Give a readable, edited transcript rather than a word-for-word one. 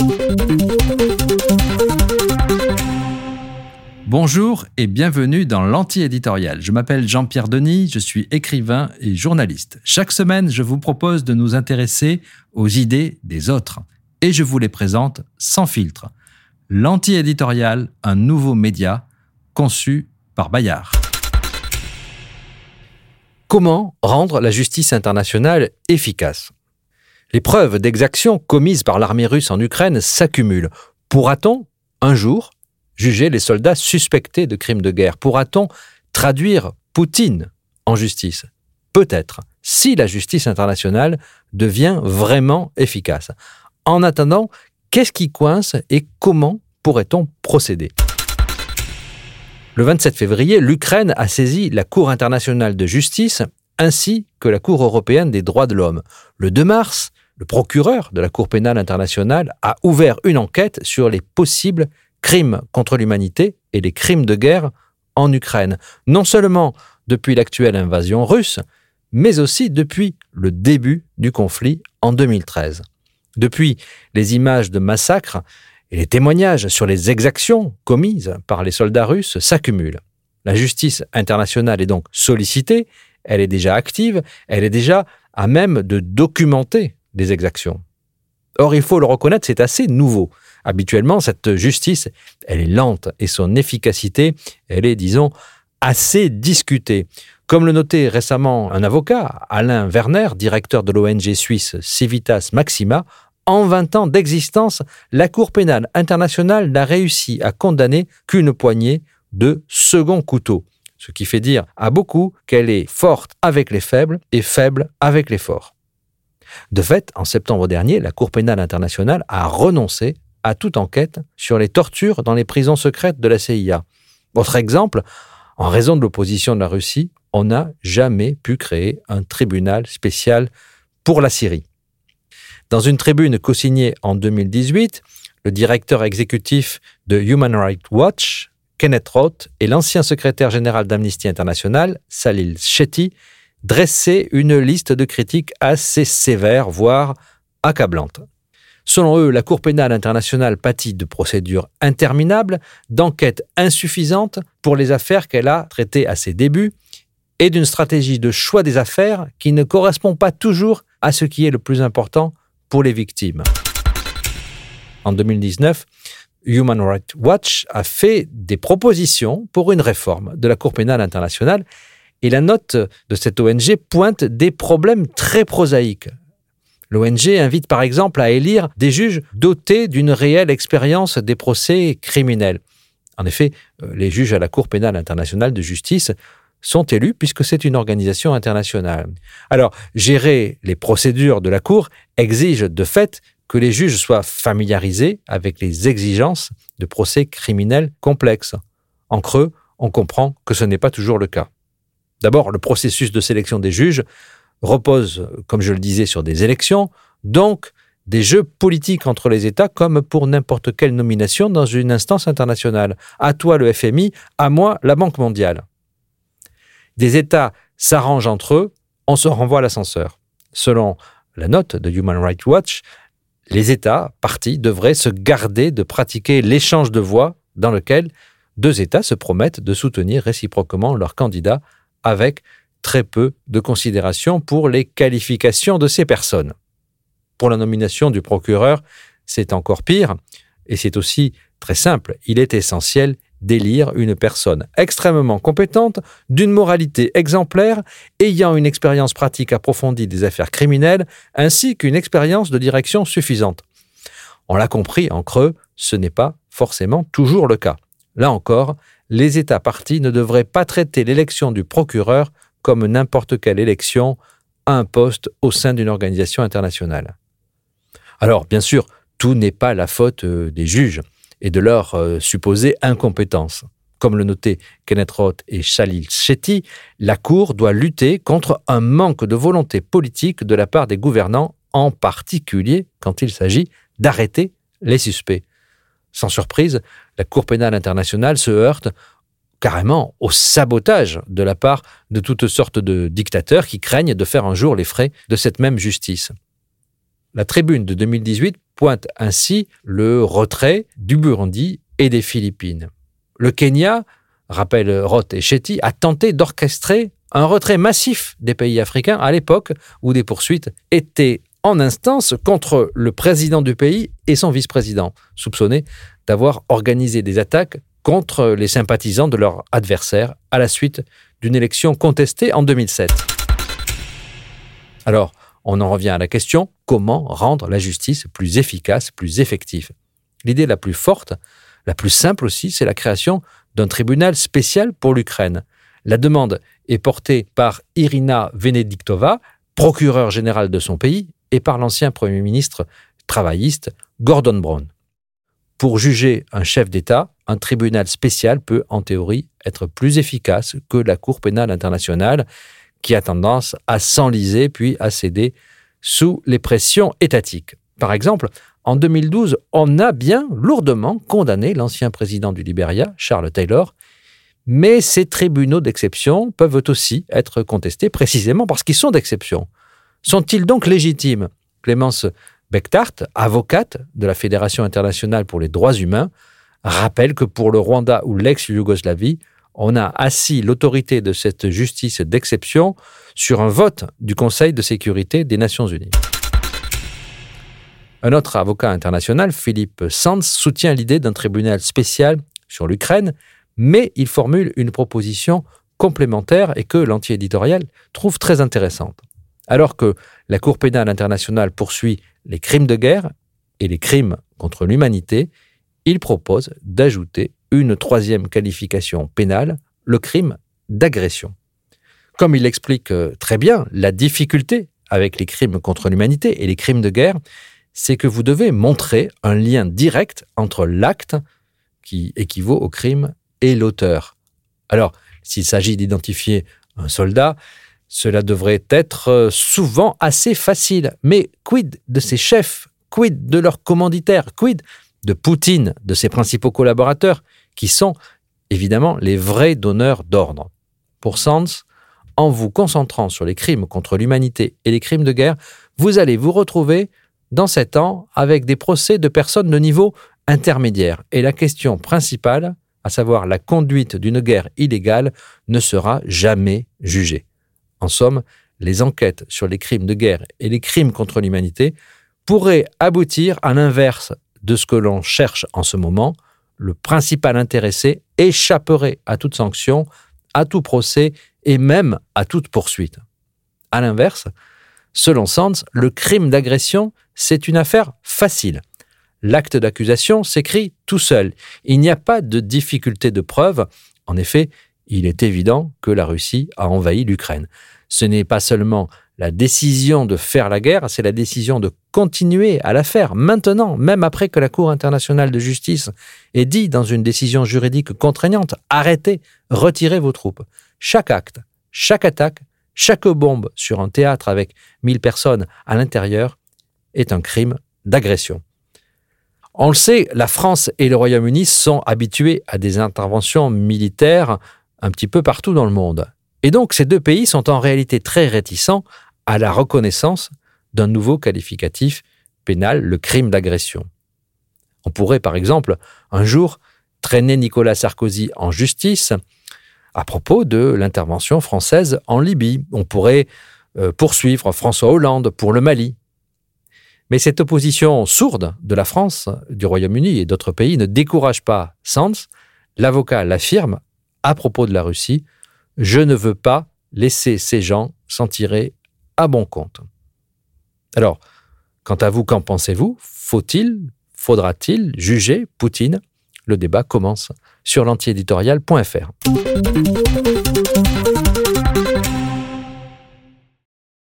Bonjour et bienvenue dans l'Anti-Éditorial. Je m'appelle Jean-Pierre Denis, je suis écrivain et journaliste. Chaque semaine, je vous propose de nous intéresser aux idées des autres. Et je vous les présente sans filtre. L'Anti-Éditorial, un nouveau média conçu par Bayard. Comment rendre la justice internationale efficace ? Les preuves d'exactions commises par l'armée russe en Ukraine s'accumulent. Pourra-t-on, un jour, juger les soldats suspectés de crimes de guerre ? Pourra-t-on traduire Poutine en justice ? Peut-être, si la justice internationale devient vraiment efficace. En attendant, qu'est-ce qui coince et comment pourrait-on procéder ? Le 27 février, l'Ukraine a saisi la Cour internationale de justice ainsi que la Cour européenne des droits de l'homme. Le 2 mars, le procureur de la Cour pénale internationale a ouvert une enquête sur les possibles crimes contre l'humanité et les crimes de guerre en Ukraine, non seulement depuis l'actuelle invasion russe, mais aussi depuis le début du conflit en 2013. Depuis, les images de massacres et les témoignages sur les exactions commises par les soldats russes s'accumulent. La justice internationale est donc sollicitée, elle est déjà active, elle est déjà à même de documenter les exactions. Or, il faut le reconnaître, c'est assez nouveau. Habituellement, cette justice, elle est lente et son efficacité, elle est, disons, assez discutée. Comme le notait récemment un avocat, Alain Werner, directeur de l'ONG suisse Civitas Maxima, en 20 ans d'existence, la Cour pénale internationale n'a réussi à condamner qu'une poignée de second couteau. Ce qui fait dire à beaucoup qu'elle est forte avec les faibles et faible avec les forts. De fait, en septembre dernier, la Cour pénale internationale a renoncé à toute enquête sur les tortures dans les prisons secrètes de la CIA. Autre exemple, en raison de l'opposition de la Russie, on n'a jamais pu créer un tribunal spécial pour la Syrie. Dans une tribune co-signée en 2018, le directeur exécutif de Human Rights Watch, Kenneth Roth, et l'ancien secrétaire général d'Amnesty International, Salil Shetty, dressaient une liste de critiques assez sévères, voire accablantes. Selon eux, la Cour pénale internationale pâtit de procédures interminables, d'enquêtes insuffisantes pour les affaires qu'elle a traitées à ses débuts, et d'une stratégie de choix des affaires qui ne correspond pas toujours à ce qui est le plus important pour les victimes. En 2019, Human Rights Watch a fait des propositions pour une réforme de la Cour pénale internationale et la note de cette ONG pointe des problèmes très prosaïques. L'ONG invite par exemple à élire des juges dotés d'une réelle expérience des procès criminels. En effet, les juges à la Cour pénale internationale de justice sont élus puisque c'est une organisation internationale. Alors, gérer les procédures de la Cour exige de fait que les juges soient familiarisés avec les exigences de procès criminels complexes. En creux, on comprend que ce n'est pas toujours le cas. D'abord, le processus de sélection des juges repose, comme je le disais, sur des élections, donc des jeux politiques entre les États comme pour n'importe quelle nomination dans une instance internationale. À toi le FMI, à moi la Banque mondiale. Des États s'arrangent entre eux, on se renvoie à l'ascenseur. Selon la note de Human Rights Watch, les États partis devraient se garder de pratiquer l'échange de voix dans lequel deux États se promettent de soutenir réciproquement leurs candidats avec très peu de considération pour les qualifications de ces personnes. Pour la nomination du procureur, c'est encore pire, et c'est aussi très simple. Il est essentiel d'élire une personne extrêmement compétente, d'une moralité exemplaire, ayant une expérience pratique approfondie des affaires criminelles, ainsi qu'une expérience de direction suffisante. On l'a compris, en creux, ce n'est pas forcément toujours le cas. Là encore, les États partis ne devraient pas traiter l'élection du procureur comme n'importe quelle élection à un poste au sein d'une organisation internationale. Alors, bien sûr, tout n'est pas la faute des juges et de leur supposée incompétence. Comme le notaient Kenneth Roth et Salil Shetty, la Cour doit lutter contre un manque de volonté politique de la part des gouvernants, en particulier quand il s'agit d'arrêter les suspects. Sans surprise, la Cour pénale internationale se heurte carrément au sabotage de la part de toutes sortes de dictateurs qui craignent de faire un jour les frais de cette même justice. La Tribune de 2018 pointe ainsi le retrait du Burundi et des Philippines. Le Kenya, rappellent Roth et Chetty, a tenté d'orchestrer un retrait massif des pays africains à l'époque où des poursuites étaient en instance contre le président du pays et son vice-président, soupçonnés d'avoir organisé des attaques contre les sympathisants de leur adversaire à la suite d'une élection contestée en 2007. Alors, on en revient à la question, comment rendre la justice plus efficace, plus effective ? L'idée la plus forte, la plus simple aussi, c'est la création d'un tribunal spécial pour l'Ukraine. La demande est portée par Irina Venediktova, procureure générale de son pays, et par l'ancien Premier ministre travailliste Gordon Brown. Pour juger un chef d'État, un tribunal spécial peut, en théorie, être plus efficace que la Cour pénale internationale, qui a tendance à s'enliser puis à céder sous les pressions étatiques. Par exemple, en 2012, on a bien lourdement condamné l'ancien président du Libéria, Charles Taylor, mais ces tribunaux d'exception peuvent aussi être contestés précisément parce qu'ils sont d'exception. Sont-ils donc légitimes ? Clémence Bechtart, avocate de la Fédération internationale pour les droits humains, rappelle que pour le Rwanda ou l'ex-Yougoslavie, on a assis l'autorité de cette justice d'exception sur un vote du Conseil de sécurité des Nations unies. Un autre avocat international, Philippe Sands, soutient l'idée d'un tribunal spécial sur l'Ukraine, mais il formule une proposition complémentaire et que l'anti-éditorial trouve très intéressante. Alors que la Cour pénale internationale poursuit les crimes de guerre et les crimes contre l'humanité, il propose d'ajouter une troisième qualification pénale, le crime d'agression. Comme il l'explique très bien, la difficulté avec les crimes contre l'humanité et les crimes de guerre, c'est que vous devez montrer un lien direct entre l'acte qui équivaut au crime et l'auteur. Alors, s'il s'agit d'identifier un soldat, cela devrait être souvent assez facile. Mais quid de ses chefs? Quid de leurs commanditaires? Quid de Poutine, de ses principaux collaborateurs, qui sont évidemment les vrais donneurs d'ordre? Pour Sands, en vous concentrant sur les crimes contre l'humanité et les crimes de guerre, vous allez vous retrouver dans 7 ans avec des procès de personnes de niveau intermédiaire. Et la question principale, à savoir la conduite d'une guerre illégale, ne sera jamais jugée. En somme, les enquêtes sur les crimes de guerre et les crimes contre l'humanité pourraient aboutir à l'inverse de ce que l'on cherche en ce moment. Le principal intéressé échapperait à toute sanction, à tout procès et même à toute poursuite. À l'inverse, selon Sands, le crime d'agression, c'est une affaire facile. L'acte d'accusation s'écrit tout seul. Il n'y a pas de difficulté de preuve. En effet, il est évident que la Russie a envahi l'Ukraine. Ce n'est pas seulement la décision de faire la guerre, c'est la décision de continuer à la faire maintenant, même après que la Cour internationale de justice ait dit dans une décision juridique contraignante « Arrêtez, retirez vos troupes ». Chaque acte, chaque attaque, chaque bombe sur un théâtre avec 1000 personnes à l'intérieur est un crime d'agression. On le sait, la France et le Royaume-Uni sont habitués à des interventions militaires un petit peu partout dans le monde. Et donc, ces deux pays sont en réalité très réticents à la reconnaissance d'un nouveau qualificatif pénal, le crime d'agression. On pourrait, par exemple, un jour, traîner Nicolas Sarkozy en justice à propos de l'intervention française en Libye. On pourrait poursuivre François Hollande pour le Mali. Mais cette opposition sourde de la France, du Royaume-Uni et d'autres pays ne décourage pas Sands. L'avocat l'affirme à propos de la Russie, « Je ne veux pas laisser ces gens s'en tirer à bon compte ». Alors, quant à vous, qu'en pensez-vous? Faudra-t-il juger Poutine? Le débat commence sur l'antiéditorial.fr.